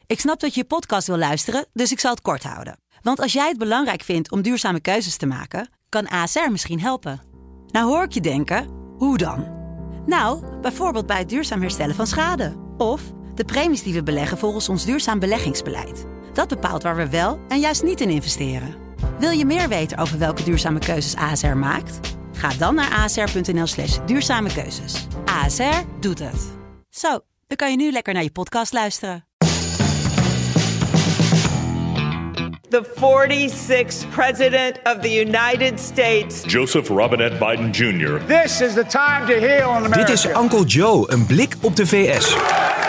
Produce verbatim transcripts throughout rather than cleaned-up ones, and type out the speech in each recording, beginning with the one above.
Ik snap dat je je podcast wil luisteren, dus ik zal het kort houden. Want als jij het belangrijk vindt om duurzame keuzes te maken, kan A S R misschien helpen. Nou hoor ik je denken, hoe dan? Nou, bijvoorbeeld bij het duurzaam herstellen van schade. Of de premies die we beleggen volgens ons duurzaam beleggingsbeleid. Dat bepaalt waar we wel en juist niet in investeren. Wil je meer weten over welke duurzame keuzes A S R maakt? Ga dan naar asr.nl slash duurzame keuzes. A S R doet het. Zo, dan kan je nu lekker naar je podcast luisteren. The forty-sixth President of the United States. Joseph Robinette Biden Junior This is the time to heal in America. Dit is Uncle Joe, een blik op de V S.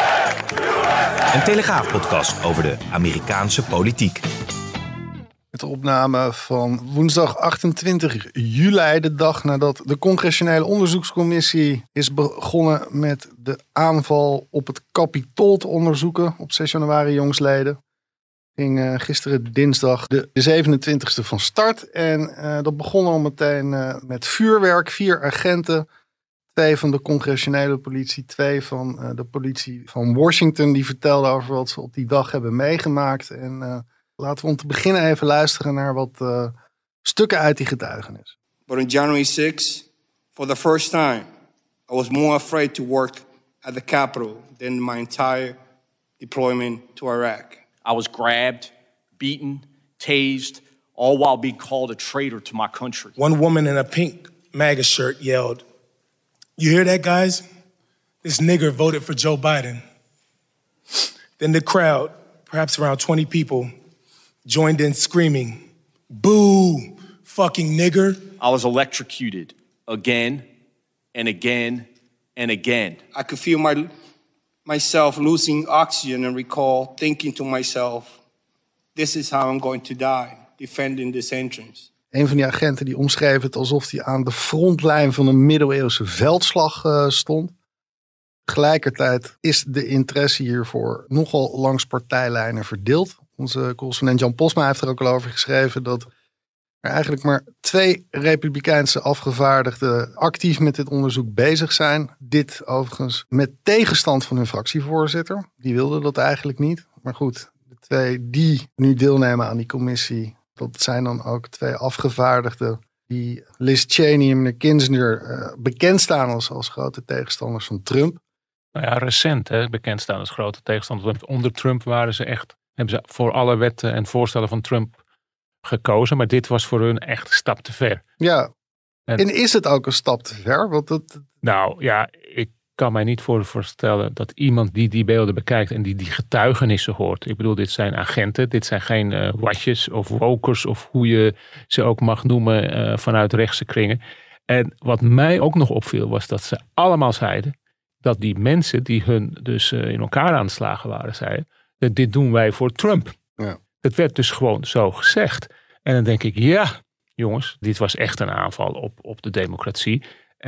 Een Telegraaf-podcast over de Amerikaanse politiek. Met de opname van woensdag achtentwintig juli, de dag nadat de Congressionele Onderzoekscommissie is begonnen met de aanval op het Capitool te onderzoeken op zes januari jongsleden. Ging uh, gisteren dinsdag de zevenentwintigste van start. En uh, dat begon al meteen uh, met vuurwerk. Vier agenten. Twee van de congressionele politie. Twee van uh, de politie van Washington. Die vertelden over wat ze op die dag hebben meegemaakt. En uh, laten we om te beginnen even luisteren naar wat uh, stukken uit die getuigenis. But on January sixth, for the first time, I was more afraid to work at the Capitol than my entire deployment to Iraq. I was grabbed, beaten, tased, all while being called a traitor to my country. One woman in a pink MAGA shirt yelled, "You hear that, guys? This nigger voted for Joe Biden." Then the crowd, perhaps around twenty people, joined in screaming, "Boo, fucking nigger." I was electrocuted again and again and again. I could feel my... myself losing oxygen and recall thinking to myself, this is how I'm going to die, defending this entrance. Een van die agenten die omschreef het alsof hij aan de frontlijn van een middeleeuwse veldslag uh, stond. Tegelijkertijd is de interesse hiervoor nogal langs partijlijnen verdeeld. Onze correspondent Jan Posma heeft er ook al over geschreven dat er eigenlijk maar twee Republikeinse afgevaardigden actief met dit onderzoek bezig zijn. Dit overigens met tegenstand van hun fractievoorzitter. Die wilde dat eigenlijk niet. Maar goed, de twee die nu deelnemen aan die commissie, dat zijn dan ook twee afgevaardigden die Liz Cheney en meneer Kinzinger uh, bekend staan als, als grote tegenstanders van Trump. Nou ja, recent hè, bekend staan als grote tegenstanders. Onder Trump waren ze echt, hebben ze voor alle wetten en voorstellen van Trump gekozen, maar dit was voor hun echt een stap te ver. Ja, en, en is het ook een stap te ver? Want dat... Nou ja, ik kan mij niet voorstellen dat iemand die die beelden bekijkt en die die getuigenissen hoort. Ik bedoel, dit zijn agenten, dit zijn geen uh, watjes of wokers of hoe je ze ook mag noemen uh, vanuit rechtse kringen. En wat mij ook nog opviel was dat ze allemaal zeiden dat die mensen die hun dus uh, in elkaar aan het slagen waren, zeiden dat dit doen wij voor Trump. Ja. Het werd dus gewoon zo gezegd. En dan denk ik, ja, jongens, dit was echt een aanval op, op de democratie.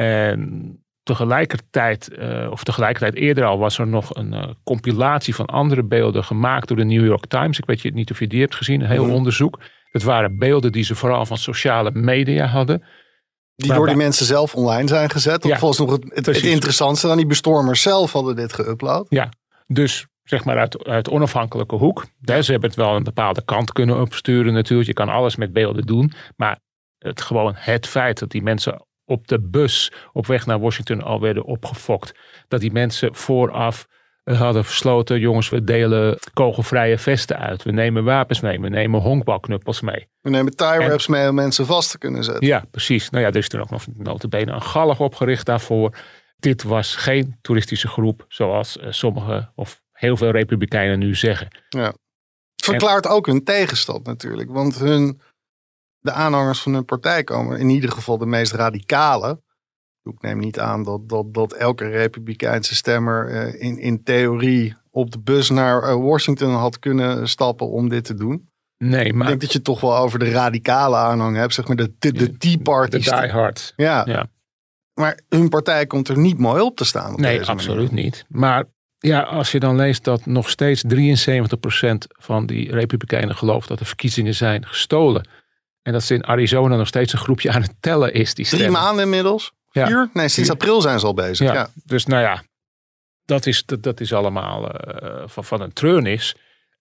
En tegelijkertijd, uh, of tegelijkertijd eerder al, was er nog een uh, compilatie van andere beelden gemaakt door de New York Times. Ik weet niet of je die hebt gezien, een heel mm. onderzoek. Dat waren beelden die ze vooral van sociale media hadden. Die maar door die bij... mensen zelf online zijn gezet. Ja, volgens nog het, het, het interessantste dan die bestormers zelf hadden dit geüpload. Ja, dus zeg maar uit, uit onafhankelijke hoek. Ze hebben het wel een bepaalde kant kunnen opsturen natuurlijk. Je kan alles met beelden doen. Maar het, gewoon het feit dat die mensen op de bus op weg naar Washington al werden opgefokt. Dat die mensen vooraf hadden besloten, jongens, we delen kogelvrije vesten uit. We nemen wapens mee. We nemen honkbalknuppels mee. We nemen tie-wraps mee om mensen vast te kunnen zetten. Ja, precies. Nou ja, er is toen ook nog nota bene een galg opgericht daarvoor. Dit was geen toeristische groep zoals uh, sommige of heel veel Republikeinen nu zeggen. Ja. Het verklaart en, ook hun tegenstand natuurlijk. Want hun, de aanhangers van hun partij komen, in ieder geval de meest radicale. Ik neem niet aan dat, dat, dat elke Republikeinse stemmer uh, in, in theorie op de bus naar uh, Washington had kunnen stappen om dit te doen. Nee, maar ik denk dat je toch wel over de radicale aanhang hebt, zeg maar de, de, de Tea Party. De diehards. Ja. ja. Maar hun partij komt er niet mooi op te staan. Op nee, deze absoluut manier. niet. Maar ja, als je dan leest dat nog steeds drieënzeventig procent van die Republikeinen gelooft dat de verkiezingen zijn gestolen. En dat ze in Arizona nog steeds een groepje aan het tellen is. Die Drie maanden inmiddels? Ja. Vier? Nee, sinds april zijn ze al bezig. Ja, ja. Dus nou ja, dat is, dat, dat is allemaal uh, van, van een treurnis.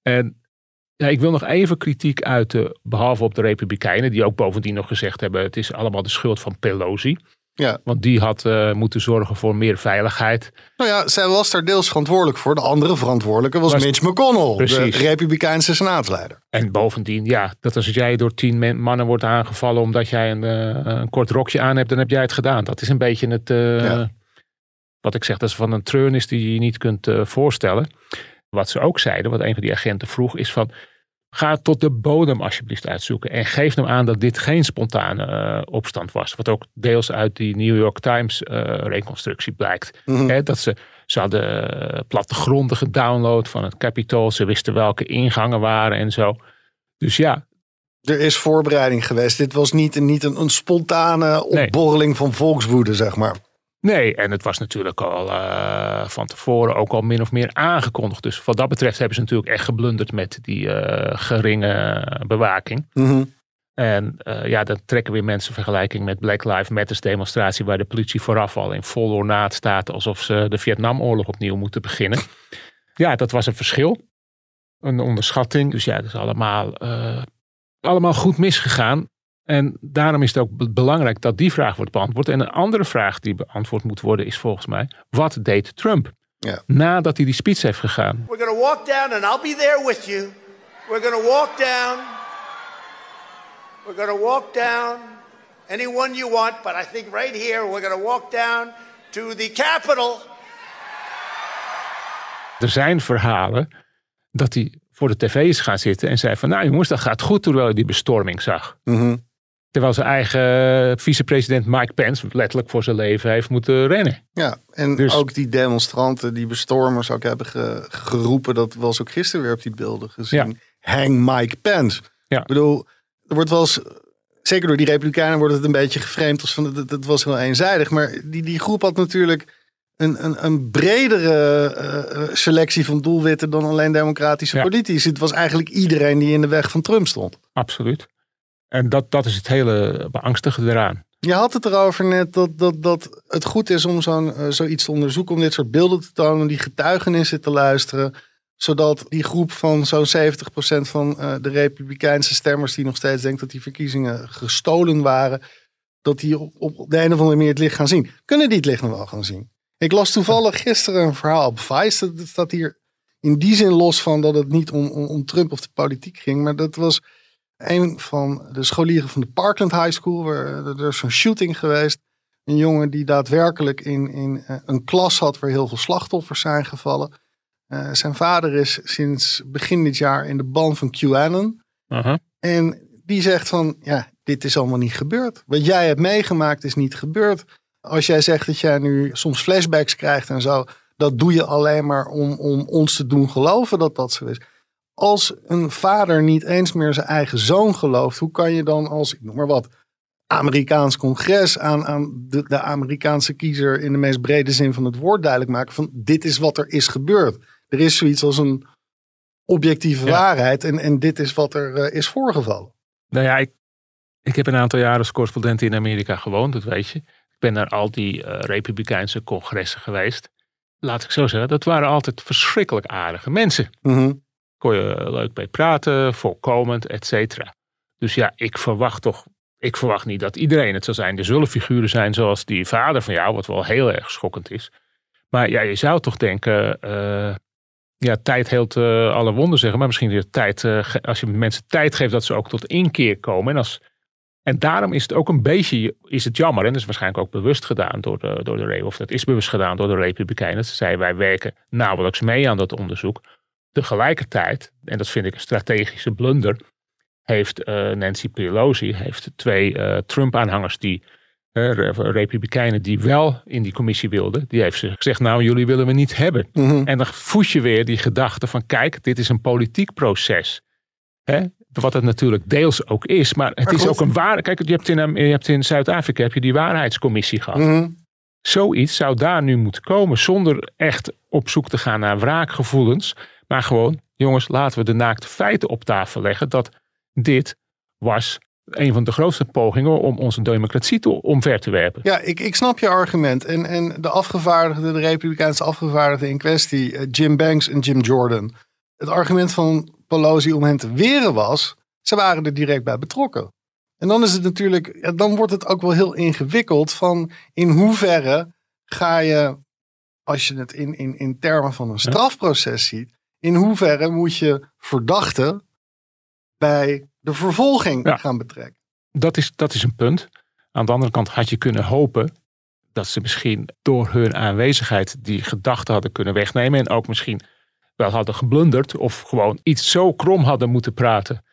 En ja, ik wil nog even kritiek uiten, behalve op de Republikeinen, die ook bovendien nog gezegd hebben, het is allemaal de schuld van Pelosi. Ja. Want die had uh, moeten zorgen voor meer veiligheid. Nou ja, zij was daar deels verantwoordelijk voor. De andere verantwoordelijke was, was Mitch McConnell, precies. De Republikeinse senaatsleider. En bovendien, ja, dat als jij door tien mannen wordt aangevallen omdat jij een, uh, een kort rokje aan hebt, dan heb jij het gedaan. Dat is een beetje het, uh, ja. wat ik zeg, dat is van een treurnis die je je niet kunt uh, voorstellen. Wat ze ook zeiden, wat een van die agenten vroeg, is van, ga tot de bodem alsjeblieft uitzoeken. En geef hem aan dat dit geen spontane uh, opstand was. Wat ook deels uit die New York Times uh, reconstructie blijkt. Mm-hmm. He, dat ze, ze hadden uh, plattegronden gedownload van het Capitool. Ze wisten welke ingangen waren en zo. Dus ja. Er is voorbereiding geweest. Dit was niet, niet een, een spontane opborreling nee. van volkswoede, zeg maar. Nee, en het was natuurlijk al uh, van tevoren ook al min of meer aangekondigd. Dus wat dat betreft hebben ze natuurlijk echt geblunderd met die uh, geringe bewaking. Mm-hmm. En uh, ja, dan trekken weer mensen vergelijking met Black Lives Matter demonstratie, waar de politie vooraf al in vol ornaat staat alsof ze de Vietnamoorlog opnieuw moeten beginnen. Ja, dat was een verschil. Een onderschatting. Dus ja, dat is allemaal, uh, allemaal goed misgegaan. En daarom is het ook belangrijk dat die vraag wordt beantwoord. En een andere vraag die beantwoord moet worden is volgens mij, wat deed Trump? Ja. Nadat hij die speech heeft gegaan. We're going to walk down and I'll be there with you. We're going to walk down. We're going to walk down anyone you want, but I think right here we're going to walk down to the Capitol. Er zijn verhalen dat hij voor de tv is gaan zitten en zei van, nou jongens, dat gaat goed, terwijl hij die bestorming zag. Mm-hmm. Terwijl zijn eigen vicepresident Mike Pence letterlijk voor zijn leven heeft moeten rennen. Ja, en dus, ook die demonstranten, die bestormers ook hebben ge, geroepen, dat was ook gisteren weer op die beelden gezien. Ja. Hang Mike Pence. Ja. Ik bedoel, er wordt wel eens, zeker door die Republikeinen wordt het een beetje geframed als van, dat was heel eenzijdig. Maar die, die groep had natuurlijk een, een, een bredere uh, selectie van doelwitten dan alleen democratische ja. politici. Het was eigenlijk iedereen die in de weg van Trump stond. Absoluut. En dat, dat is het hele beangstigende eraan. Je had het erover net dat, dat, dat het goed is om zo'n, uh, zoiets te onderzoeken, om dit soort beelden te tonen, die getuigenissen te luisteren, zodat die groep van zo'n zeventig procent van uh, de Republikeinse stemmers die nog steeds denkt dat die verkiezingen gestolen waren, dat die op, op de een of andere manier het licht gaan zien. Kunnen die het licht nog wel gaan zien? Ik las toevallig gisteren een verhaal op Vice. Dat staat hier in die zin los van dat het niet om, om, om Trump of de politiek ging. Maar dat was een van de scholieren van de Parkland High School. Waar, er is zo'n shooting geweest. Een jongen die daadwerkelijk in, in uh, een klas had waar heel veel slachtoffers zijn gevallen. Uh, zijn vader is sinds begin dit jaar in de ban van QAnon. Uh-huh. En die zegt van, ja, dit is allemaal niet gebeurd. Wat jij hebt meegemaakt is niet gebeurd. Als jij zegt dat jij nu soms flashbacks krijgt en zo, dat doe je alleen maar om, om ons te doen geloven dat dat zo is. Als een vader niet eens meer zijn eigen zoon gelooft, hoe kan je dan als, ik noem maar wat, Amerikaans congres aan, aan de, de Amerikaanse kiezer in de meest brede zin van het woord duidelijk maken van dit is wat er is gebeurd. Er is zoiets als een objectieve ja. waarheid en, en dit is wat er uh, is voorgevallen. Nou ja, ik, ik heb een aantal jaren als correspondent in Amerika gewoond, dat weet je. Ik ben naar al die uh, Republikeinse congressen geweest. Laat ik zo zeggen, dat waren altijd verschrikkelijk aardige mensen. Mm-hmm. Kon je leuk bij praten, voorkomend, et cetera. Dus ja, ik verwacht toch, ik verwacht niet dat iedereen het zal zijn. Er zullen figuren zijn zoals die vader van jou, wat wel heel erg schokkend is. Maar ja, je zou toch denken, uh, ja, tijd heelt uh, alle wonden zeggen, maar misschien weer tijd, uh, als je mensen tijd geeft dat ze ook tot inkeer komen. En, als, en daarom is het ook een beetje, is het jammer, en dat is waarschijnlijk ook bewust gedaan door de, door de, of dat is bewust gedaan door de Republikeinen. Ze zeiden, wij werken nauwelijks mee aan dat onderzoek. Tegelijkertijd, en dat vind ik een strategische blunder, heeft uh, Nancy Pelosi, heeft twee uh, Trump-aanhangers die, uh, Republikeinen die wel in die commissie wilden, die heeft ze gezegd, nou jullie willen we niet hebben. Mm-hmm. En dan voed je weer die gedachte van kijk, dit is een politiek proces. Hè? Wat het natuurlijk deels ook is, maar het maar is ook een waar. Kijk, je hebt in, je hebt in Zuid-Afrika heb je die waarheidscommissie gehad. Mm-hmm. Zoiets zou daar nu moeten komen zonder echt op zoek te gaan naar wraakgevoelens. Maar gewoon, jongens, laten we de naakte feiten op tafel leggen dat dit was een van de grootste pogingen om onze democratie te omver te werpen. Ja, ik, ik snap je argument. En, en de afgevaardigden, de Republikeinse afgevaardigden in kwestie, Jim Banks en Jim Jordan, het argument van Pelosi om hen te weren was, ze waren er direct bij betrokken. En dan is het natuurlijk, ja, dan wordt het ook wel heel ingewikkeld van in hoeverre ga je, als je het in, in, in termen van een strafproces ziet, in hoeverre moet je verdachten bij de vervolging ja. gaan betrekken. Dat is, dat is een punt. Aan de andere kant had je kunnen hopen dat ze misschien door hun aanwezigheid die gedachten hadden kunnen wegnemen en ook misschien wel hadden geblunderd of gewoon iets zo krom hadden moeten praten.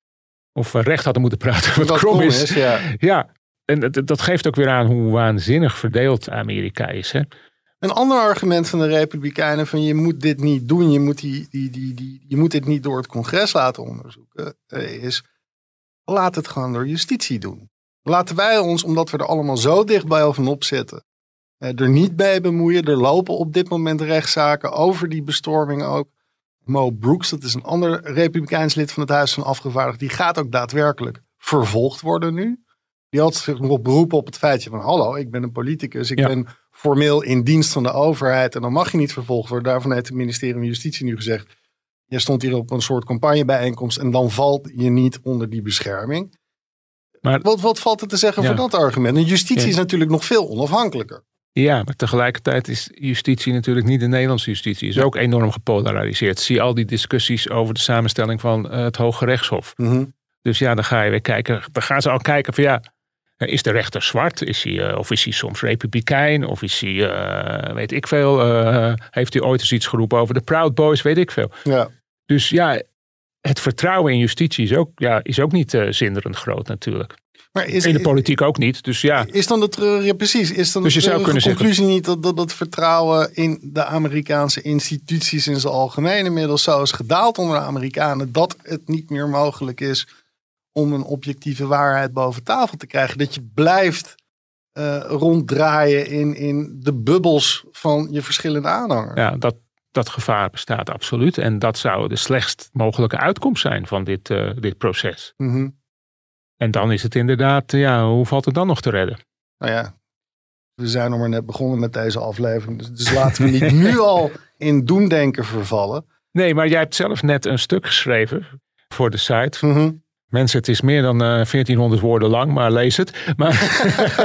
Of recht hadden moeten praten wat, wat krom is. is ja. ja, en dat, dat geeft ook weer aan hoe waanzinnig verdeeld Amerika is. Hè? Een ander argument van de Republikeinen van je moet dit niet doen, je moet, die, die, die, die, je moet dit niet door het congres laten onderzoeken, is laat het gewoon door justitie doen. Laten wij ons, omdat we er allemaal zo dicht bij bovenop zitten, er niet bij bemoeien. Er lopen op dit moment rechtszaken over die bestorming ook. Mo Brooks, dat is een ander Republikeins lid van het Huis van Afgevaardigden, die gaat ook daadwerkelijk vervolgd worden nu. Die had zich nog beroepen op het feitje van hallo, ik ben een politicus, ik ja. ben formeel in dienst van de overheid en dan mag je niet vervolgd worden. Daarvan heeft het ministerie van Justitie nu gezegd, je stond hier op een soort campagnebijeenkomst en dan valt je niet onder die bescherming. Maar, wat, wat valt er te zeggen ja. voor dat argument? En justitie ja. is natuurlijk nog veel onafhankelijker. Ja, maar tegelijkertijd is justitie natuurlijk niet de Nederlandse justitie. Is ja. ook enorm gepolariseerd. Zie al die discussies over de samenstelling van uh, het Hoge Rechtshof. Mm-hmm. Dus ja, dan ga je weer kijken. Dan gaan ze al kijken van ja, is de rechter zwart? Is hij, uh, of is hij soms republikein? Of is hij, uh, weet ik veel, uh, heeft hij ooit eens iets geroepen over de Proud Boys? Weet ik veel. Ja. Dus ja, het vertrouwen in justitie is ook, ja, is ook niet uh, zinderend groot natuurlijk. Maar is, in de politiek ook niet, dus ja. Is dan de treurige, ja precies, is dan dus de treurige conclusie zeggen, niet dat, dat het vertrouwen in de Amerikaanse instituties in zijn algemeen inmiddels zo is gedaald onder de Amerikanen, dat het niet meer mogelijk is om een objectieve waarheid boven tafel te krijgen. Dat je blijft uh, ronddraaien in, in de bubbels van je verschillende aanhangers. Ja, dat, dat gevaar bestaat absoluut. En dat zou de slechtst mogelijke uitkomst zijn van dit, uh, dit proces. Mm-hmm. En dan is het inderdaad, ja, hoe valt het dan nog te redden? Nou ja, we zijn nog maar net begonnen met deze aflevering. Dus, dus laten we niet nu al in doemdenken vervallen. Nee, maar jij hebt zelf net een stuk geschreven voor de site. Mm-hmm. Mensen, het is meer dan uh, veertienhonderd woorden lang, maar lees het. Maar,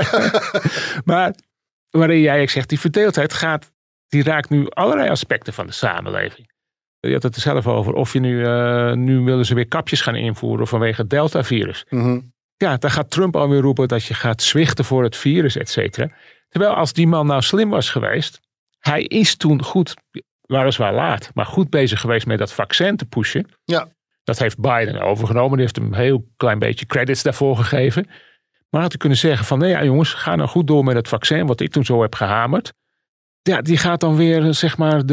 maar waarin jij zegt, die verdeeldheid gaat, die raakt nu allerlei aspecten van de samenleving. Je had het er zelf over. Of je nu, uh, nu willen ze weer kapjes gaan invoeren vanwege het Delta-virus. Mm-hmm. Ja, dan gaat Trump alweer roepen dat je gaat zwichten voor het virus, et cetera. Terwijl als die man nou slim was geweest, hij is toen goed, weliswaar laat, maar goed bezig geweest met dat vaccin te pushen. Ja. Dat heeft Biden overgenomen. Die heeft hem een heel klein beetje credits daarvoor gegeven. Maar had hij kunnen zeggen van, nee ja jongens, ga nou goed door met het vaccin, wat ik toen zo heb gehamerd. Ja, die gaat dan weer, zeg maar,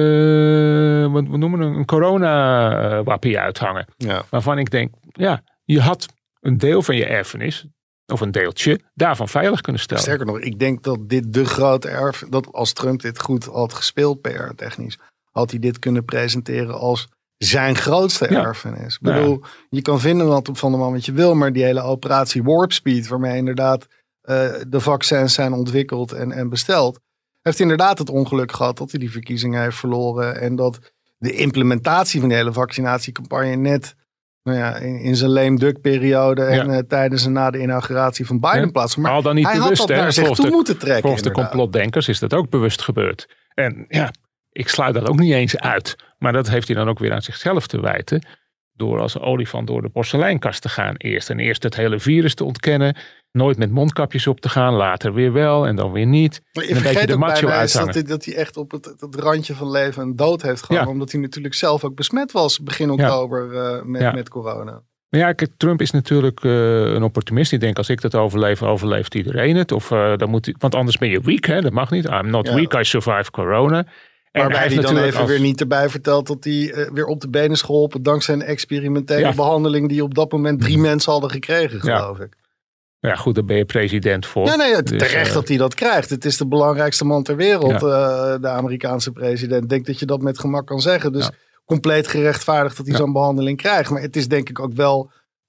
de, wat we noemen een corona-wappie uithangen. Ja. Waarvan ik denk, ja, je had een deel van je erfenis, of een deeltje, daarvan veilig kunnen stellen. Sterker nog, ik denk dat dit de grote erf, dat als Trump dit goed had gespeeld P R-technisch, had hij dit kunnen presenteren als zijn grootste ja. erfenis. Ik bedoel, ja. je kan vinden wat van de man wat je wil, maar die hele operatie Warp Speed, waarmee inderdaad uh, de vaccins zijn ontwikkeld en, en besteld, heeft inderdaad het ongeluk gehad dat hij die verkiezingen heeft verloren. En dat de implementatie van de hele vaccinatiecampagne net nou ja, in, in zijn lame duck periode en ja. uh, tijdens en na de inauguratie van Biden ja. plaatsvond. Maar al dan niet hij bewust, had dat naar zich toe de, moeten trekken. Volgens inderdaad. de complotdenkers is dat ook bewust gebeurd. En ja, ik sluit dat ook niet eens uit. Maar dat heeft hij dan ook weer aan zichzelf te wijten. Door als een olifant door de porseleinkast te gaan eerst. En eerst het hele virus te ontkennen. Nooit met mondkapjes op te gaan. Later weer wel en dan weer niet. Maar je en een vergeet de ook macho bijna uithangen. dat hij, dat hij echt op het, het randje van leven en dood heeft gehad. Ja. Omdat hij natuurlijk zelf ook besmet was begin oktober ja. uh, met, ja. met corona. Maar ja, kijk, Trump is natuurlijk uh, een opportunist. Die denkt, als ik dat overleef, overleeft iedereen het. Of, uh, dan moet hij, want anders ben je weak, hè? Dat mag niet. I'm not ja. weak, I survive corona. En Waarbij hij, hij dan even als... weer niet erbij vertelt dat hij uh, weer op de benen is geholpen dankzij een experimentele ja. behandeling die op dat moment drie mensen hadden gekregen, geloof ja. ik. Ja goed, daar ben je president voor. Ja, nee, dus, terecht uh, dat hij dat krijgt. Het is de belangrijkste man ter wereld, ja. uh, de Amerikaanse president. Ik denk dat je dat met gemak kan zeggen. Dus ja. compleet gerechtvaardigd dat hij ja. zo'n behandeling krijgt. Maar het is denk ik ook wel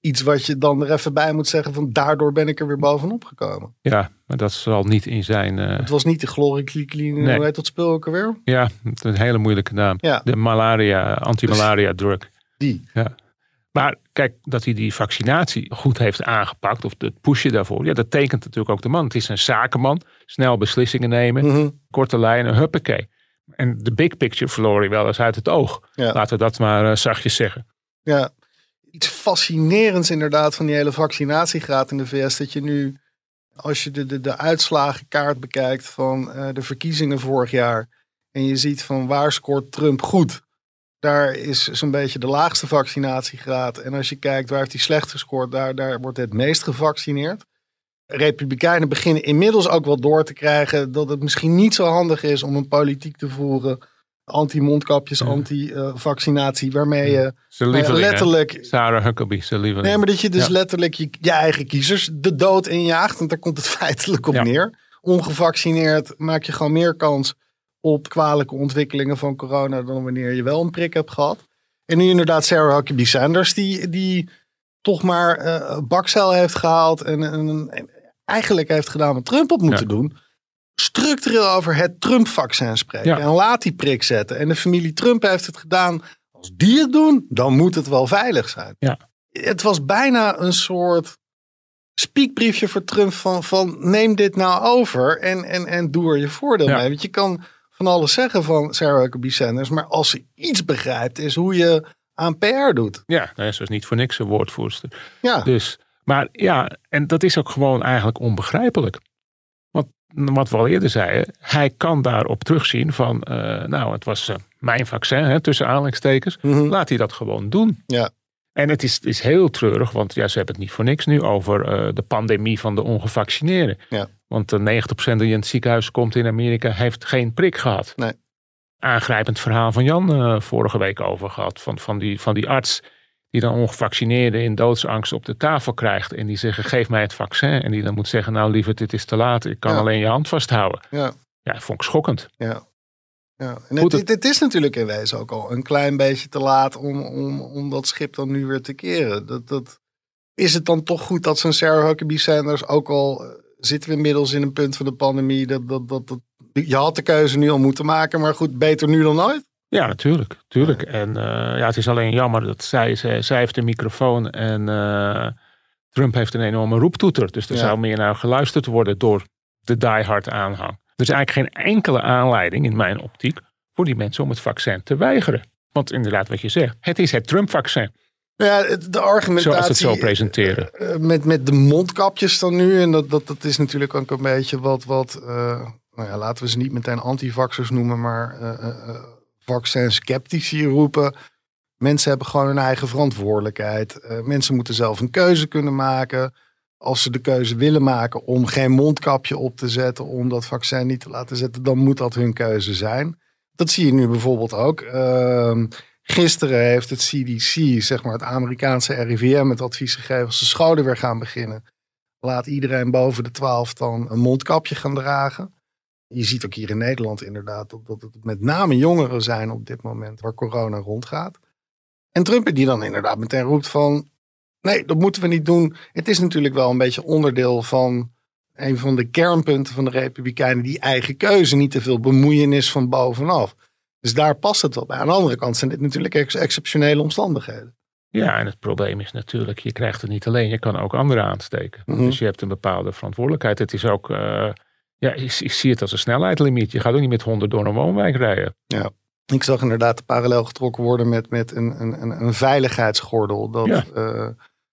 iets wat je dan er even bij moet zeggen van daardoor ben ik er weer bovenop gekomen. Ja, maar dat zal niet in zijn... Uh... Het was niet de chloricline, nee. Hoe heet dat spul ook alweer? Ja, het is een hele moeilijke naam. Ja. De malaria, anti-malaria drug. Die. Ja. Maar kijk, dat hij die vaccinatie goed heeft aangepakt, of het pushen daarvoor, ja, dat tekent natuurlijk ook de man. Het is een zakenman, snel beslissingen nemen, mm-hmm. korte lijnen, huppakee. En de big picture verloor hij wel eens uit het oog. Ja. Laten we dat maar uh, zachtjes zeggen. Ja, iets fascinerends inderdaad van die hele vaccinatiegraad in de V S. Dat je nu, als je de, de, de uitslagenkaart bekijkt van uh, de verkiezingen vorig jaar. En je ziet van waar scoort Trump goed. Daar is zo'n beetje de laagste vaccinatiegraad. En als je kijkt waar heeft hij slecht gescoord. Daar, daar wordt het meest gevaccineerd. Republikeinen beginnen inmiddels ook wel door te krijgen dat het misschien niet zo handig is om een politiek te voeren. Anti-mondkapjes, ja. anti-vaccinatie, waarmee je uh, letterlijk... Sarah Huckabee, zijn lieveling. Nee, maar dat je dus ja. letterlijk je, je eigen kiezers de dood injaagt. Want daar komt het feitelijk op ja. neer. Ongevaccineerd maak je gewoon meer kans op kwalijke ontwikkelingen van corona dan wanneer je wel een prik hebt gehad. En nu inderdaad Sarah Huckabee Sanders, die, die toch maar uh, bakzeil heeft gehaald en, en, en eigenlijk heeft gedaan wat Trump op moeten ja. doen. Structureel over het Trump-vaccin spreken. Ja. En laat die prik zetten. En de familie Trump heeft het gedaan. Als die het doen, dan moet het wel veilig zijn. Ja. Het was bijna een soort spiekbriefje voor Trump van, van neem dit nou over en, en, en doe er je voordeel ja. mee. Want je kan van alles zeggen van Sarah Huckabee Sanders, maar als ze iets begrijpt is hoe je aan P R doet. Ja, nou, ze is niet voor niks een woordvoerster. Ja. Dus, maar ja, en dat is ook gewoon eigenlijk onbegrijpelijk. Want wat we al eerder zeiden, hij kan daarop terugzien van, uh, nou, het was uh, mijn vaccin, hè, tussen aanhalingstekens. Mm-hmm. Laat hij dat gewoon doen. Ja. En het is, is heel treurig, want ja, ze hebben het niet voor niks nu over uh, de pandemie van de ongevaccineerden. Ja. Want uh, negentig procent die in het ziekenhuis komt in Amerika heeft geen prik gehad. Nee. Aangrijpend verhaal van Jan uh, vorige week over gehad. Van, van, die, van die arts die dan ongevaccineerden in doodsangst op de tafel krijgt. En die zeggen, geef mij het vaccin. En die dan moet zeggen, nou lieverd, dit is te laat. Ik kan ja. alleen je hand vasthouden. Ja, ja dat vond ik schokkend. Ja. Ja, en het, het, het is natuurlijk in wezen ook al een klein beetje te laat om, om, om dat schip dan nu weer te keren. Dat, dat, is het dan toch goed dat zo'n Sarah Huckabee Sanders, ook al uh, zitten we inmiddels in een punt van de pandemie, dat, dat, dat, dat, je had de keuze nu al moeten maken, maar goed, beter nu dan ooit? Ja, natuurlijk. natuurlijk. Ja. En uh, ja, het is alleen jammer dat zij, zij, zij heeft een microfoon en uh, Trump heeft een enorme roeptoeter. Dus er ja. zou meer naar geluisterd worden door de diehard aanhang. Er is eigenlijk geen enkele aanleiding in mijn optiek voor die mensen om het vaccin te weigeren. Want inderdaad wat je zegt, het is het Trump-vaccin. Ja, de argumentatie zoals het zo presenteren. Met, met de mondkapjes dan nu. En dat, dat, dat is natuurlijk ook een beetje wat, wat uh, nou ja, laten we ze niet meteen antivaxers noemen, maar uh, uh, vaccin-sceptici roepen. Mensen hebben gewoon hun eigen verantwoordelijkheid. Uh, mensen moeten zelf een keuze kunnen maken. Als ze de keuze willen maken om geen mondkapje op te zetten, om dat vaccin niet te laten zetten, dan moet dat hun keuze zijn. Dat zie je nu bijvoorbeeld ook. Uh, gisteren heeft het C D C, zeg maar het Amerikaanse R I V M, het advies gegeven als de scholen weer gaan beginnen. Laat iedereen boven de twaalf dan een mondkapje gaan dragen. Je ziet ook hier in Nederland inderdaad dat, dat het met name jongeren zijn op dit moment waar corona rondgaat. En Trump die dan inderdaad meteen roept van, nee, dat moeten we niet doen. Het is natuurlijk wel een beetje onderdeel van een van de kernpunten van de Republikeinen, die eigen keuze, niet te veel bemoeienis van bovenaf. Dus daar past het wel bij. Aan de andere kant zijn dit natuurlijk ex- exceptionele omstandigheden. Ja, en het probleem is natuurlijk, je krijgt het niet alleen, je kan ook anderen aansteken. Mm-hmm. Dus je hebt een bepaalde verantwoordelijkheid. Het is ook, uh, ja, ik, ik zie het als een snelheidslimiet. Je gaat ook niet met honderd door een woonwijk rijden. Ja. Ik zag inderdaad de parallel getrokken worden met, met een, een, een veiligheidsgordel. Dat, ja. uh,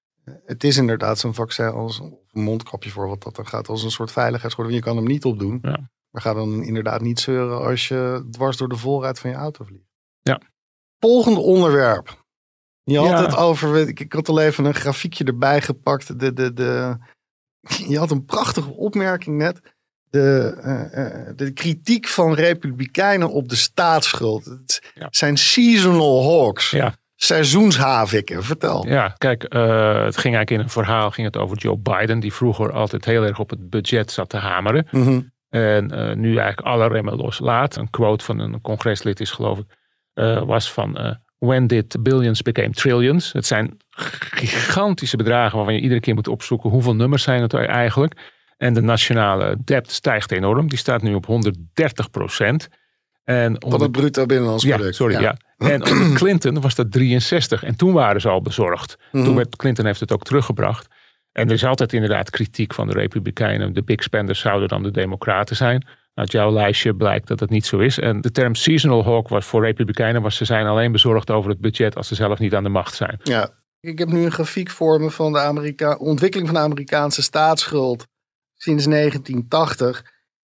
het is inderdaad zo'n vaccin als een mondkapje voor wat dat dan gaat. Als een soort veiligheidsgordel. Je kan hem niet opdoen. Ja. Maar ga dan inderdaad niet zeuren als je dwars door de voorruit van je auto vliegt. Ja. Volgende onderwerp. Je had ja. het over, ik, ik had al even een grafiekje erbij gepakt. De, de, de, je had een prachtige opmerking net. De, uh, uh, de kritiek van Republikeinen op de staatsschuld. Het ja. zijn seasonal hawks. Ja. Seizoenshavikken. Vertel. Ja, kijk, uh, het ging eigenlijk in een verhaal ging het over Joe Biden. Die vroeger altijd heel erg op het budget zat te hameren. Mm-hmm. En uh, nu eigenlijk alle remmen loslaat. Een quote van een congreslid is geloof ik. Uh, was van... Uh, When did billions became trillions? Het zijn gigantische bedragen waarvan je iedere keer moet opzoeken hoeveel nummers zijn het eigenlijk. En de nationale debt stijgt enorm. Die staat nu op honderddertig procent. En Van het bruto binnenlands product. Ja, sorry, ja. ja. En onder Clinton was dat drieënzestig. En toen waren ze al bezorgd. Mm-hmm. Toen werd, Clinton heeft het ook teruggebracht. En er is altijd inderdaad kritiek van de Republikeinen. De big spenders zouden dan de Democraten zijn. Uit jouw lijstje blijkt dat het niet zo is. En de term seasonal hawk was voor Republikeinen was ze zijn alleen bezorgd over het budget als ze zelf niet aan de macht zijn. Ja, ik heb nu een grafiek voor me van de Amerika- ontwikkeling van de Amerikaanse staatsschuld sinds negentien tachtig.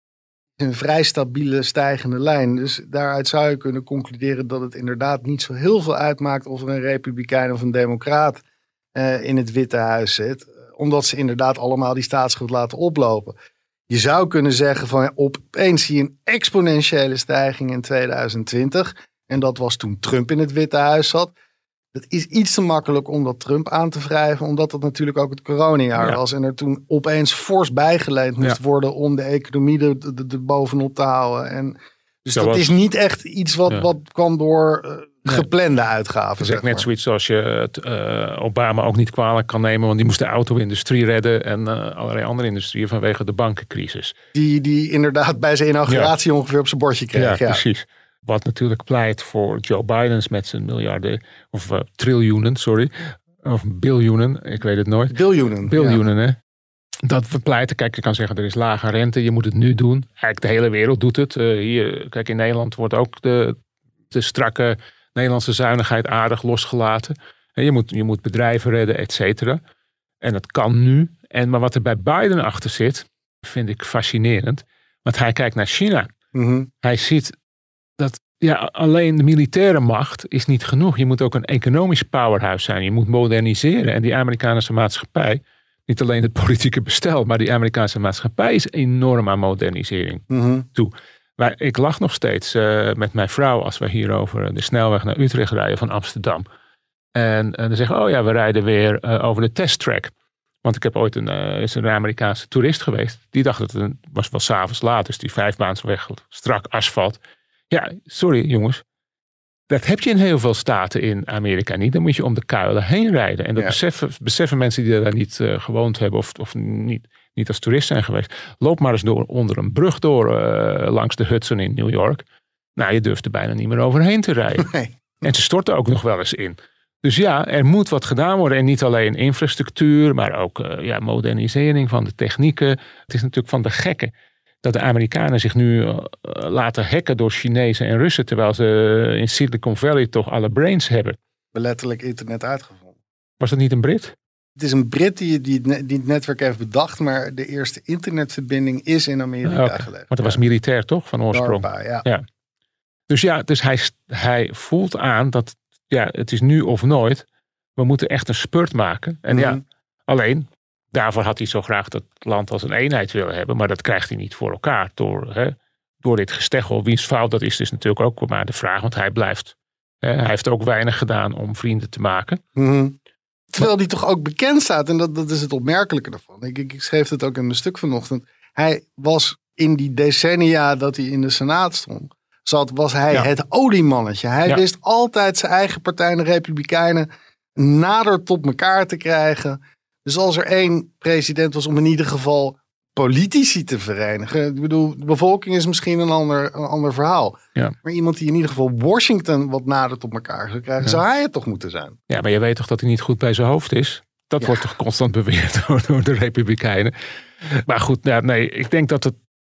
Een vrij stabiele stijgende lijn. Dus daaruit zou je kunnen concluderen dat het inderdaad niet zo heel veel uitmaakt of er een Republikein of een Democraat uh, in het Witte Huis zit. Omdat ze inderdaad allemaal die staatsschuld laten oplopen. Je zou kunnen zeggen van opeens zie je een exponentiële stijging in tweeduizend twintig. En dat was toen Trump in het Witte Huis zat. Het is iets te makkelijk om dat Trump aan te wrijven. Omdat dat natuurlijk ook het coronajaar ja. was. En er toen opeens fors bijgeleend moest ja. worden om de economie er, er, er bovenop te houden. En dus dat, dat was, is niet echt iets wat, ja. wat kwam door uh, geplande nee. uitgaven. Dat is zeg net zoiets zoals je uh, Obama ook niet kwalijk kan nemen. Want die moest de auto-industrie redden. En uh, allerlei andere industrieën vanwege de bankencrisis. Die, die inderdaad bij zijn inauguratie ja. ongeveer op zijn bordje kreeg. Ja, ja. precies. Wat natuurlijk pleit voor Joe Biden met zijn miljarden, of uh, triljoenen, sorry. Of biljoenen, ik weet het nooit. Biljoenen. Biljoenen, ja. hè. Dat we pleiten, kijk, je kan zeggen er is lage rente, je moet het nu doen. Eigenlijk de hele wereld doet het. Uh, hier, kijk, in Nederland wordt ook de, de strakke Nederlandse zuinigheid aardig losgelaten. En je, moet, je moet bedrijven redden, et cetera. En dat kan nu. En, maar wat er bij Biden achter zit, vind ik fascinerend. Want hij kijkt naar China. Mm-hmm. Hij ziet dat ja, alleen de militaire macht is niet genoeg. Je moet ook een economisch powerhouse zijn. Je moet moderniseren. En die Amerikaanse maatschappij, niet alleen het politieke bestel, maar die Amerikaanse maatschappij is enorm aan modernisering mm-hmm. toe. Maar ik lach nog steeds uh, met mijn vrouw als we hier over de snelweg naar Utrecht rijden van Amsterdam. En, en dan zeggen we, oh ja, we rijden weer uh, over de testtrack. Want ik heb ooit een, uh, is een Amerikaanse toerist geweest. Die dacht dat het was wel 's avonds laat. Dus die vijfbaansweg, strak asfalt. Ja, sorry jongens. Dat heb je in heel veel staten in Amerika niet. Dan moet je om de kuilen heen rijden. En dat ja. beseffen, beseffen mensen die daar niet uh, gewoond hebben of, of niet, niet als toerist zijn geweest. Loop maar eens door, onder een brug door uh, langs de Hudson in New York. Nou, je durft er bijna niet meer overheen te rijden. Nee. En ze storten ook nog wel eens in. Dus ja, er moet wat gedaan worden. En niet alleen infrastructuur, maar ook uh, ja, modernisering van de technieken. Het is natuurlijk van de gekken dat de Amerikanen zich nu uh, laten hacken door Chinezen en Russen. Terwijl ze uh, in Silicon Valley toch alle brains hebben. Letterlijk internet uitgevonden. Was dat niet een Brit? Het is een Brit die, die, die het netwerk heeft bedacht. Maar de eerste internetverbinding is in Amerika okay. gelegd. Maar dat was militair toch, van oorsprong? DARPA, ja. ja. Dus ja, dus hij, hij voelt aan dat ja, het is nu of nooit. We moeten echt een spurt maken. En mm-hmm. ja, alleen, daarvoor had hij zo graag dat land als een eenheid willen hebben. Maar dat krijgt hij niet voor elkaar. Door, hè, door dit gesteggel. Wiens fout dat is, dus natuurlijk ook maar de vraag. Want hij blijft. Hè, hij heeft ook weinig gedaan om vrienden te maken. Mm-hmm. Terwijl die toch ook bekend staat. En dat, dat is het opmerkelijke daarvan. Ik, ik, ik schreef het ook in mijn stuk vanochtend. Hij was in die decennia dat hij in de Senaat stond. Zat, was hij ja. het oliemannetje. Hij ja. wist altijd zijn eigen partij, de Republikeinen, nader tot elkaar te krijgen. Dus als er één president was om in ieder geval politici te verenigen. Ik bedoel, de bevolking is misschien een ander, een ander verhaal. Ja. Maar iemand die in ieder geval Washington wat nader tot elkaar zou krijgen, ja. zou hij het toch moeten zijn. Ja, maar je weet toch dat hij niet goed bij zijn hoofd is? Dat ja. wordt toch constant beweerd door, door de Republikeinen. Maar goed, nou, nee, ik denk dat het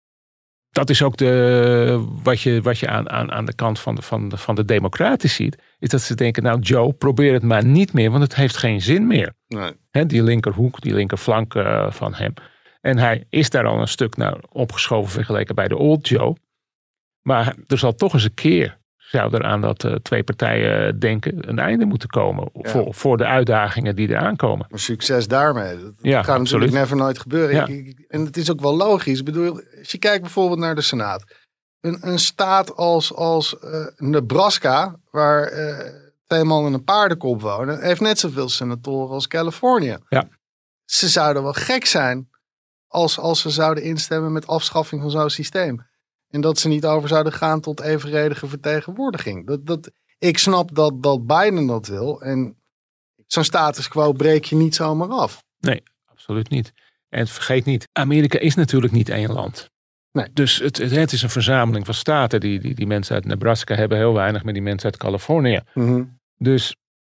Dat is ook de, wat je, wat je aan, aan, aan de kant van de, van, de, van de democraten ziet. Is dat ze denken, nou Joe, probeer het maar niet meer. Want het heeft geen zin meer. Nee. He, die linkerhoek, die linkerflank uh, van hem. En hij is daar al een stuk naar opgeschoven vergeleken bij de old Joe. Maar er zal toch eens een keer, zou er aan dat uh, twee partijen denken, een einde moeten komen. Ja. Voor, voor de uitdagingen die eraan komen. Maar succes daarmee. Dat ja, gaat absoluut. natuurlijk never nooit gebeuren. Ja. Ik, ik, en het is ook wel logisch. Ik bedoel, als je kijkt bijvoorbeeld naar de Senaat. Een, een staat als, als uh, Nebraska, waar uh, twee man in een paardenkop wonen, heeft net zoveel senatoren als Californië. Ja. Ze zouden wel gek zijn als, als ze zouden instemmen met afschaffing van zo'n systeem. En dat ze niet over zouden gaan tot evenredige vertegenwoordiging. Dat, dat, Ik snap dat, dat Biden dat wil. En zo'n status quo breek je niet zomaar af. Nee, absoluut niet. En vergeet niet, Amerika is natuurlijk niet één land. Nee. Dus het, het, het is een verzameling van staten. Die, die, die mensen uit Nebraska hebben heel weinig met die mensen uit Californië. Mm-hmm. Dus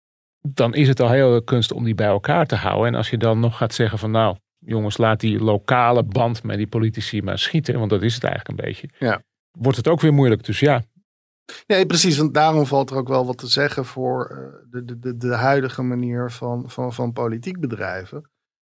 dan is het al heel kunst om die bij elkaar te houden. En als je dan nog gaat zeggen van nou, jongens, laat die lokale band met die politici maar schieten. Want dat is het eigenlijk een beetje. Ja. Wordt het ook weer moeilijk. Dus ja. Nee, precies. Want daarom valt er ook wel wat te zeggen voor uh, de, de, de, de huidige manier van, van, van politiek bedrijven.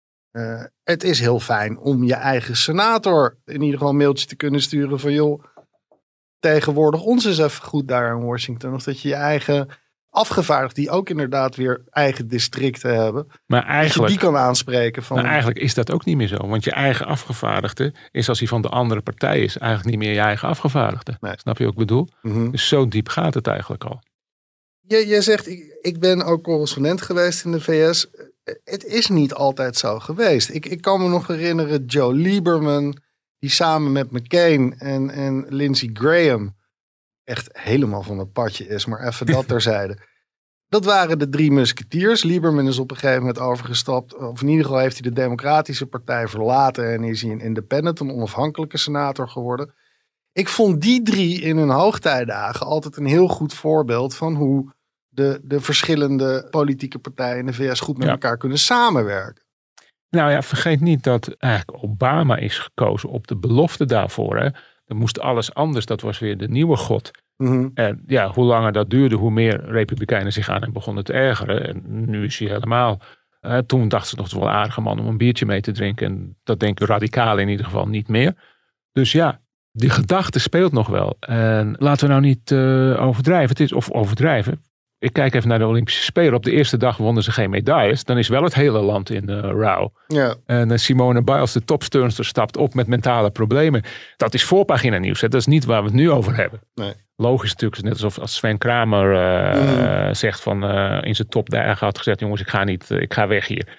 Uh, het is heel fijn om je eigen senator in ieder geval een mailtje te kunnen sturen van joh, tegenwoordig ons is even goed daar in Washington. Of dat je je eigen afgevaardigden, die ook inderdaad weer eigen districten hebben, maar eigenlijk, dat je die kan aanspreken. Van, maar eigenlijk is dat ook niet meer zo. Want je eigen afgevaardigde is als hij van de andere partij is eigenlijk niet meer je eigen afgevaardigde. Nee. Snap je wat ik bedoel? Mm-hmm. Dus zo diep gaat het eigenlijk al. Je, je zegt, ik, ik ben ook correspondent geweest in de V S. Het is niet altijd zo geweest. Ik, ik kan me nog herinneren Joe Lieberman, die samen met McCain en, en Lindsey Graham echt helemaal van het padje is, maar even dat terzijde. Dat waren de drie musketiers. Lieberman is op een gegeven moment overgestapt, of in ieder geval heeft hij de Democratische Partij verlaten en is hij een independent, een onafhankelijke senator geworden. Ik vond die drie in hun hoogtijdagen altijd een heel goed voorbeeld van hoe de, de verschillende politieke partijen in de V S goed met ja. elkaar kunnen samenwerken. Nou ja, vergeet niet dat eigenlijk Obama is gekozen op de belofte daarvoor. Hè. Dan moest alles anders, dat was weer de nieuwe god. Mm-hmm. En ja, hoe langer dat duurde, hoe meer Republikeinen zich aan hem begonnen te ergeren. En nu is hij helemaal. Uh, toen dachten ze nog wel een aardige man om een biertje mee te drinken. En dat denken radicalen in ieder geval niet meer. Dus ja, die gedachte speelt nog wel. En laten we nou niet uh, overdrijven. Het is, of overdrijven. Ik kijk even naar de Olympische Spelen. Op de eerste dag wonnen ze geen medailles. Dan is wel het hele land in de uh, rouw. Ja. En uh, Simone Biles, de topsturnster, stapt op met mentale problemen. Dat is voorpagina nieuws. Hè? Dat is niet waar we het nu over hebben. Nee. Logisch natuurlijk. Net alsof als Sven Kramer uh, mm. zegt van uh, in zijn topdagen had gezegd, jongens, ik ga niet, uh, ik ga weg hier.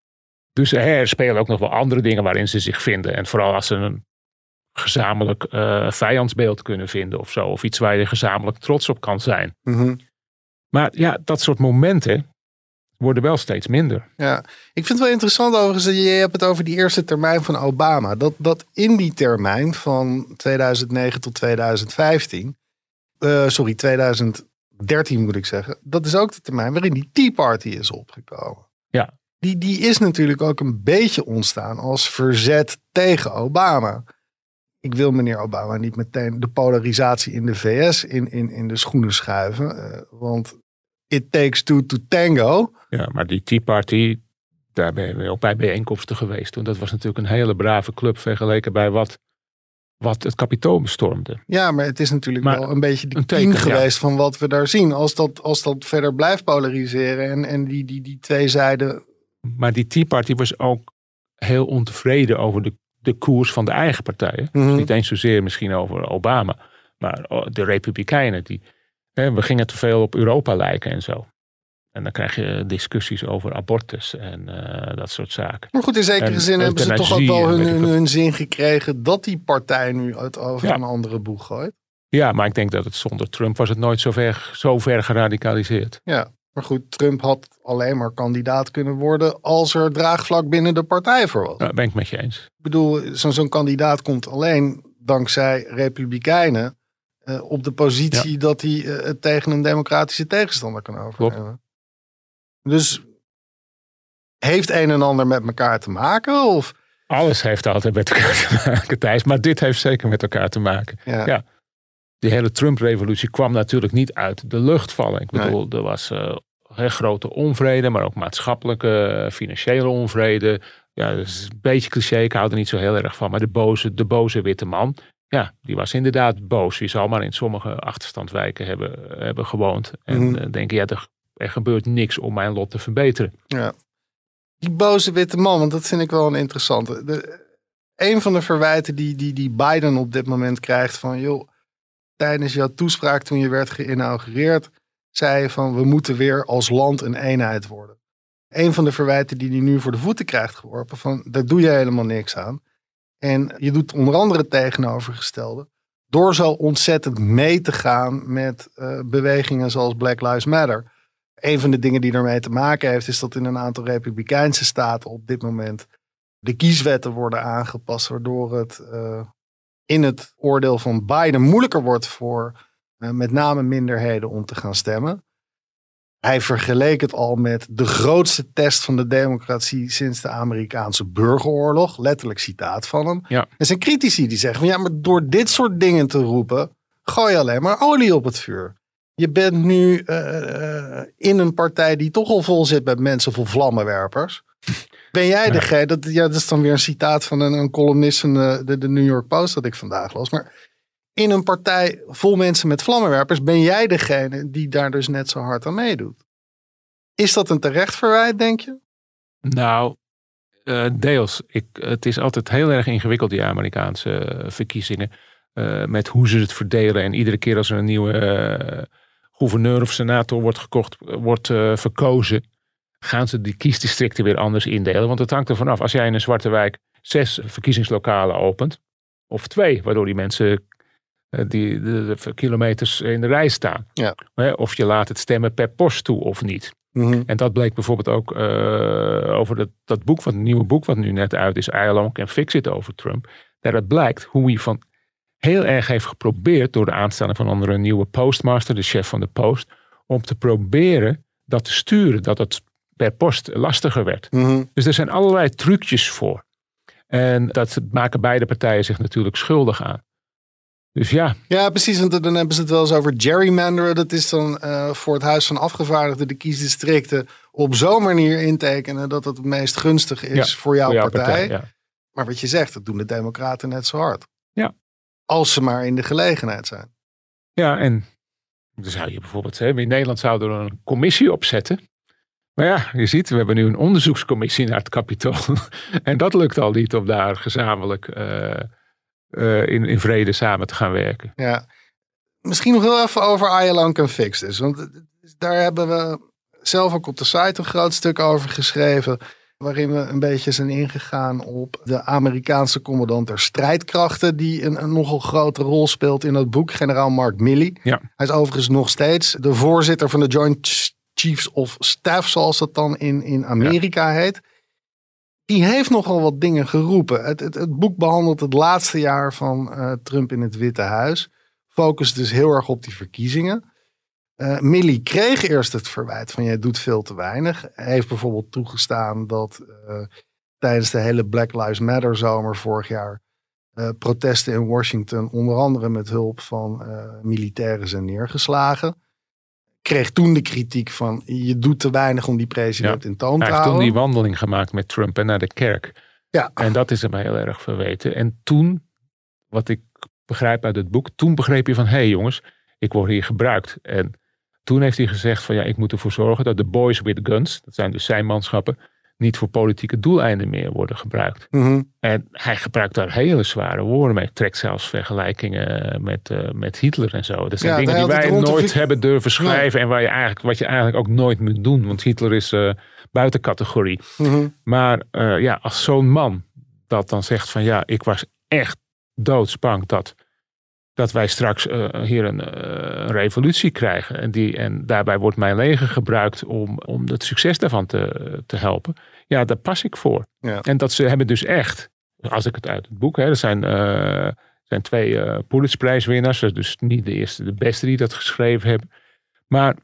Dus uh, er spelen ook nog wel andere dingen waarin ze zich vinden. En vooral als ze een gezamenlijk uh, vijandsbeeld kunnen vinden of zo. Of iets waar je gezamenlijk trots op kan zijn. Mm-hmm. Maar ja, dat soort momenten worden wel steeds minder. Ja, ik vind het wel interessant overigens. Je hebt het over die eerste termijn van Obama. Dat, dat in die termijn van tweeduizend negen tot tweeduizend vijftien. Uh, sorry, tweeduizend dertien moet ik zeggen. Dat is ook de termijn waarin die Tea Party is opgekomen. Ja. Die, die is natuurlijk ook een beetje ontstaan als verzet tegen Obama. Ik wil meneer Obama niet meteen de polarisatie in de V S in, in, in de schoenen schuiven. Uh, want it takes two to tango. Ja, maar die Tea Party, daar ben je ook bij bijeenkomsten geweest toen. Dat was natuurlijk een hele brave club vergeleken bij wat, wat het Capitool bestormde. Ja, maar het is natuurlijk maar wel een beetje de een kiem teken, geweest ja. van wat we daar zien. Als dat, als dat verder blijft polariseren en, en die, die, die twee zijden. Maar die Tea Party was ook heel ontevreden over de, de koers van de eigen partijen. Mm-hmm. Dus niet eens zozeer misschien over Obama. Maar de Republikeinen, die, hè, we gingen te veel op Europa lijken en zo. En dan krijg je discussies over abortus en uh, dat soort zaken. Maar goed, in zekere en, zin hebben ze toch ook wel hun, hun, hun zin gekregen dat die partij nu het over ja. een andere boeg gooit. Ja, maar ik denk dat het zonder Trump was het nooit zo ver, zo ver geradicaliseerd. Ja, maar goed, Trump had alleen maar kandidaat kunnen worden als er draagvlak binnen de partij voor was. Ja, ben ik met je eens. Ik bedoel, zo, zo'n kandidaat komt alleen dankzij Republikeinen uh, op de positie ja. dat hij uh, het tegen een democratische tegenstander kan overnemen. Klopt. Dus heeft een en ander met elkaar te maken? Of? Alles heeft altijd met elkaar te maken, Thijs. Maar dit heeft zeker met elkaar te maken. Ja. ja. Die hele Trump-revolutie kwam natuurlijk niet uit de lucht vallen. Ik bedoel, nee. er was uh, heel grote onvrede, maar ook maatschappelijke, financiële onvrede. Ja, dat is een beetje cliché, ik hou er niet zo heel erg van. Maar de boze, de boze witte man, ja, die was inderdaad boos. Die zal maar in sommige achterstandswijken hebben, hebben gewoond. En mm-hmm. uh, denken, ja, er, er gebeurt niks om mijn lot te verbeteren. Ja. Die boze witte man, want dat vind ik wel een interessante. De, een van de verwijten die, die, die Biden op dit moment krijgt van, joh, tijdens jouw toespraak toen je werd geïnaugureerd, zei je van, we moeten weer als land een eenheid worden. Een van de verwijten die hij nu voor de voeten krijgt geworpen, van, daar doe je helemaal niks aan. En je doet onder andere het tegenovergestelde Door zo ontzettend mee te gaan met uh, bewegingen zoals Black Lives Matter. Een van de dingen die daarmee te maken heeft, is dat in een aantal republikeinse staten op dit moment de kieswetten worden aangepast, waardoor het uh, in het oordeel van Biden moeilijker wordt voor uh, met name minderheden om te gaan stemmen. Hij vergeleek het al met de grootste test van de democratie sinds de Amerikaanse burgeroorlog. Letterlijk citaat van hem. Ja. Er zijn critici die zeggen van ja, maar door dit soort dingen te roepen, gooi je alleen maar olie op het vuur. Je bent nu uh, in een partij die toch al vol zit met mensen vol vlammenwerpers. Ben jij degene, dat, ja, dat is dan weer een citaat van een, een columnist van de, de, de New York Post dat ik vandaag las. Maar in een partij vol mensen met vlammenwerpers ben jij degene die daar dus net zo hard aan meedoet. Is dat een terecht verwijt, denk je? Nou, uh, deels. Ik, het is altijd heel erg ingewikkeld, die Amerikaanse uh, verkiezingen. Uh, met hoe ze het verdelen. En iedere keer als er een nieuwe uh, gouverneur of senator wordt gekocht, wordt uh, verkozen, gaan ze die kiesdistricten weer anders indelen. Want het hangt ervan af. Als jij in een zwarte wijk zes verkiezingslokalen opent, of twee, waardoor die mensen uh, die de, de kilometers in de rij staan. Ja. Uh, of je laat het stemmen per post toe of niet. Mm-hmm. En dat bleek bijvoorbeeld ook uh, over dat, dat boek, wat, het nieuwe boek wat nu net uit is, I Alone Can Fix It, over Trump. Daaruit blijkt hoe hij van heel erg heeft geprobeerd door de aanstelling van onder een nieuwe postmaster, de chef van de post, om te proberen dat te sturen, dat het per post lastiger werd. Mm-hmm. Dus er zijn allerlei trucjes voor. En dat maken beide partijen zich natuurlijk schuldig aan. Dus ja. Ja, precies. Want dan hebben ze het wel eens over gerrymanderen. Dat is dan uh, voor het Huis van Afgevaardigden de kiesdistricten op zo'n manier intekenen dat het het meest gunstig is ja, voor jouw, voor jouw partij. partij ja. Maar wat je zegt, dat doen de Democraten net zo hard. Ja. Als ze maar in de gelegenheid zijn. Ja, en dan zou je bijvoorbeeld zeggen, in Nederland zouden we een commissie opzetten. Maar ja, je ziet, we hebben nu een onderzoekscommissie naar het Capitool. En dat lukt al niet om daar gezamenlijk uh, uh, in, in vrede samen te gaan werken. Ja, misschien nog heel even over I Alone Can Fix This. Want daar hebben we zelf ook op de site een groot stuk over geschreven, waarin we een beetje zijn ingegaan op de Amerikaanse commandant der strijdkrachten, die een, een nogal grote rol speelt in dat boek, generaal Mark Milley. Ja. Hij is overigens nog steeds de voorzitter van de Joint Chiefs of Staff, zoals dat dan in, in Amerika ja. heet. Die heeft nogal wat dingen geroepen. Het, het, het boek behandelt het laatste jaar van uh, Trump in het Witte Huis. Focust dus heel erg op die verkiezingen. Uh, Milley kreeg eerst het verwijt van jij doet veel te weinig. Hij heeft bijvoorbeeld toegestaan dat uh, tijdens de hele Black Lives Matter zomer vorig jaar uh, protesten in Washington onder andere met hulp van uh, militairen zijn neergeslagen. Kreeg toen de kritiek van je doet te weinig om die president ja, in toon te houden. Hij heeft toen die wandeling gemaakt met Trump en naar de kerk. Ja. En dat is hem heel erg verweten. En toen, wat ik begrijp uit het boek, toen begreep je van hé hey jongens, ik word hier gebruikt. En toen heeft hij gezegd van ja, ik moet ervoor zorgen dat de boys with guns, dat zijn dus zijn manschappen, niet voor politieke doeleinden meer worden gebruikt. Mm-hmm. En hij gebruikt daar hele zware woorden mee. Trekt zelfs vergelijkingen met, uh, met Hitler en zo. Dat zijn ja, dingen die wij nooit de... hebben durven schrijven. Ja. En waar je eigenlijk, wat je eigenlijk ook nooit moet doen. Want Hitler is uh, buiten categorie. Mm-hmm. Maar uh, ja, als zo'n man dat dan zegt van ja, ik was echt doodsbang dat, dat wij straks uh, hier een, uh, een revolutie krijgen. En, die, en daarbij wordt mijn leger gebruikt om, om het succes daarvan te, te helpen. Ja, daar pas ik voor. Ja. En dat ze hebben dus echt, als ik het uit het boek, hè, er zijn, uh, zijn twee uh, Pulitzerprijswinnaars, dus niet de eerste, de beste die dat geschreven hebben. Maar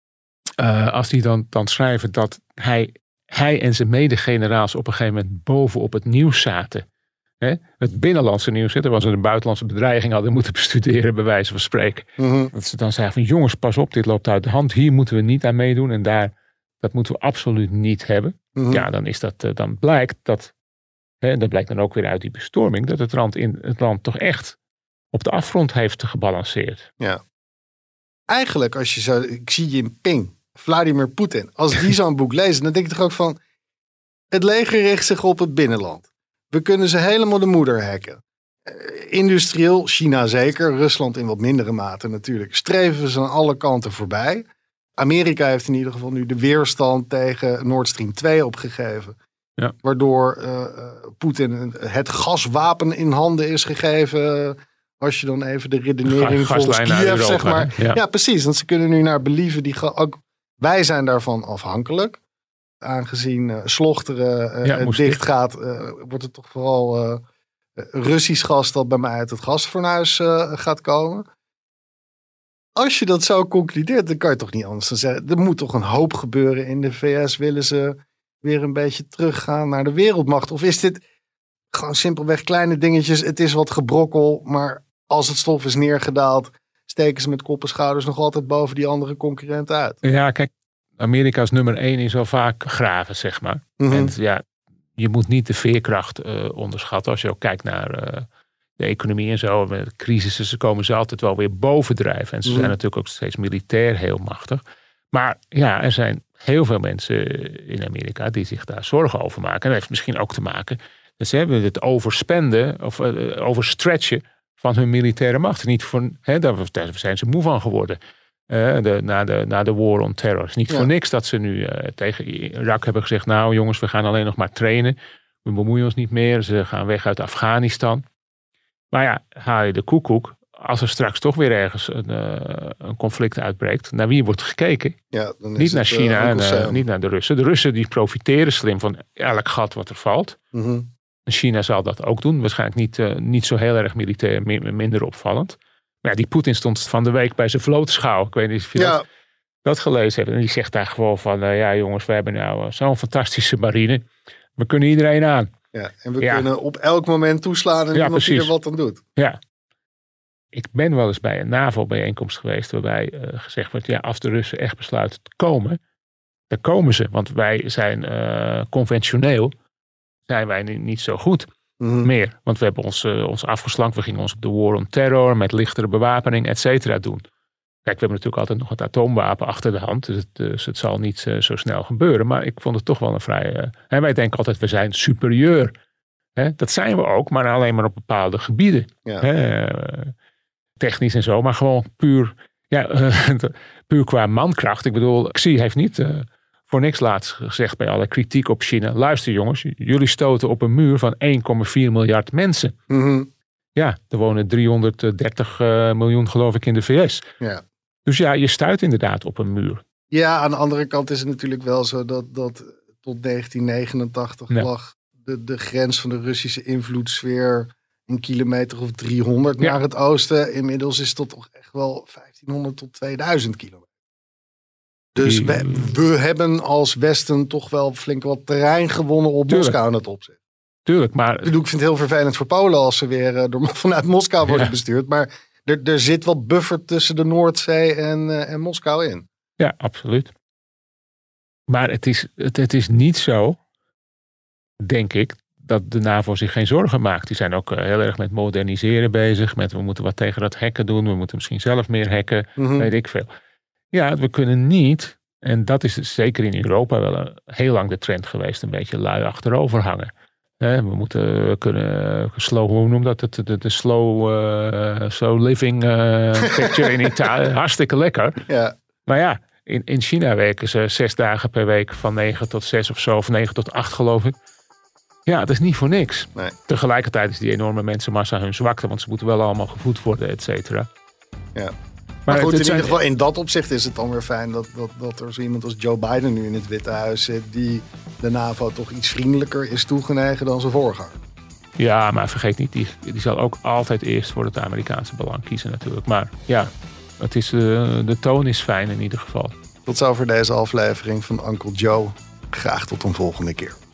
uh, als die dan, dan schrijven dat hij, hij en zijn mede-generaals op een gegeven moment bovenop het nieuws zaten. Hè? Het binnenlandse nieuws, terwijl ze een buitenlandse bedreiging hadden moeten bestuderen, bij wijze van spreken. Mm-hmm. Dat ze dan zeiden van jongens, pas op, dit loopt uit de hand. Hier moeten we niet aan meedoen en daar, dat moeten we absoluut niet hebben. Mm-hmm. Ja, dan, is dat, dan blijkt dat, hè, dat blijkt dan ook weer uit die bestorming, dat het land, in, het land toch echt op de afgrond heeft gebalanceerd. Ja. Eigenlijk, als je zo, Xi Jinping, Vladimir Poetin, als die zo'n boek lezen, dan denk ik toch ook van, het leger richt zich op het binnenland. We kunnen ze helemaal de moeder hacken. Uh, industrieel, China zeker, Rusland in wat mindere mate natuurlijk, streven ze aan alle kanten voorbij. Amerika heeft in ieder geval nu de weerstand tegen Nord Stream twee opgegeven. Ja. Waardoor uh, Poetin het gaswapen in handen is gegeven Als je dan even de redenering Ga, volgens Kiev, Europa, zeg maar. Ja. ja, precies. Want ze kunnen nu naar believen. Die ga, ook, wij zijn daarvan afhankelijk. Aangezien uh, Slochteren uh, ja, dicht dit. gaat, uh, wordt het toch vooral uh, Russisch gas dat bij mij uit het gasfornuis uh, gaat komen. Als je dat zo concludeert, dan kan je toch niet anders dan zeggen. Er moet toch een hoop gebeuren in de V S. Willen ze weer een beetje teruggaan naar de wereldmacht? Of is dit gewoon simpelweg kleine dingetjes? Het is wat gebrokkel, maar als het stof is neergedaald, steken ze met kop en schouders nog altijd boven die andere concurrenten uit. Ja, kijk, Amerika's nummer één is al vaak graven, zeg maar. Mm-hmm. En ja, je moet niet de veerkracht uh, onderschatten. Als je ook kijkt naar uh, de economie en zo. Met crisissen, ze komen ze altijd wel weer bovendrijven. En ze mm-hmm. zijn natuurlijk ook steeds militair heel machtig. Maar ja, er zijn heel veel mensen in Amerika die zich daar zorgen over maken. En dat heeft misschien ook te maken dat ze hebben het overspenden of uh, overstretchen van hun militaire macht. Niet voor, hè, daar zijn ze moe van geworden. Uh, de, na, de, na de war on terror. Het is niet ja. voor niks dat ze nu uh, tegen Irak hebben gezegd, nou jongens, we gaan alleen nog maar trainen. We bemoeien ons niet meer. Ze gaan weg uit Afghanistan. Maar ja, haal je de koekoek. Als er straks toch weer ergens een, uh, een conflict uitbreekt, naar wie wordt gekeken? Ja, dan is niet naar China uh, en uh, niet naar de Russen. De Russen die profiteren slim van elk gat wat er valt. Mm-hmm. China zal dat ook doen. Waarschijnlijk niet, uh, niet zo heel erg militair, minder opvallend. Maar ja, die Poetin stond van de week bij zijn vlootschouw. Ik weet niet of je ja. dat, dat gelezen hebt. En die zegt daar gewoon van, uh, ja jongens, we hebben nou uh, zo'n fantastische marine. We kunnen iedereen aan. Ja, en we ja. kunnen op elk moment toeslaan en ja, iemand precies. die er wat aan doet. Ja. Ik ben wel eens bij een NAVO-bijeenkomst geweest waarbij uh, gezegd wordt, ja, als de Russen echt besluiten te komen, dan komen ze. Want wij zijn uh, conventioneel, zijn wij niet zo goed. Mm-hmm. Meer. Want we hebben ons, uh, ons afgeslankt. We gingen ons op de war on terror met lichtere bewapening, et cetera doen. Kijk, we hebben natuurlijk altijd nog het atoomwapen achter de hand. Dus het, dus het zal niet uh, zo snel gebeuren. Maar ik vond het toch wel een vrij... Uh, en wij denken altijd, we zijn superieur. Hè? Dat zijn we ook, maar alleen maar op bepaalde gebieden. Ja. Hè? Uh, technisch en zo, maar gewoon puur... Ja, uh, puur qua mankracht. Ik bedoel, Xi heeft niet... Uh, voor niks laatst gezegd bij alle kritiek op China. Luister jongens, jullie stoten op een muur van één komma vier miljard mensen. Mm-hmm. Ja, er wonen driehonderddertig uh, miljoen geloof ik in de V S. Ja. Dus ja, je stuit inderdaad op een muur. Ja, aan de andere kant is het natuurlijk wel zo dat, dat tot negentien negenentachtig ja. lag de, de grens van de Russische invloedssfeer een kilometer of driehonderd ja. naar het oosten. Inmiddels is dat toch echt wel vijftienhonderd tot tweeduizend kilometer. Dus we, we hebben als Westen toch wel flink wat terrein gewonnen op Tuurlijk. Moskou aan het opzetten. Tuurlijk, maar... Ik bedoel, ik vind het heel vervelend voor Polen als ze weer uh, door, vanuit Moskou worden ja. bestuurd. Maar er, er zit wat buffer tussen de Noordzee en, uh, en Moskou in. Ja, absoluut. Maar het is, het, het is niet zo, denk ik, dat de NAVO zich geen zorgen maakt. Die zijn ook uh, heel erg met moderniseren bezig. Met we moeten wat tegen dat hacken doen. We moeten misschien zelf meer hacken. Mm-hmm. Weet ik veel. Ja, we kunnen niet, en dat is zeker in Europa wel een, heel lang de trend geweest, een beetje lui achterover hangen. He, we moeten we kunnen slow, hoe noem dat, de, de, de slow, uh, slow living uh, picture in Italië, hartstikke lekker. Ja. Maar ja, in, in China werken ze zes dagen per week van negen tot zes of zo, of negen tot acht geloof ik. Ja, dat is niet voor niks. Nee. Tegelijkertijd is die enorme mensenmassa hun zwakte, want ze moeten wel allemaal gevoed worden, et cetera. Ja. Maar, maar goed, in zijn... ieder geval in dat opzicht is het dan weer fijn dat, dat, dat er zo iemand als Joe Biden nu in het Witte Huis zit, die de NAVO toch iets vriendelijker is toegenegen dan zijn voorganger. Ja, maar vergeet niet, die, die zal ook altijd eerst voor het Amerikaanse belang kiezen natuurlijk. Maar ja, het is, uh, de toon is fijn in ieder geval. Tot zover deze aflevering van Uncle Joe. Graag tot een volgende keer.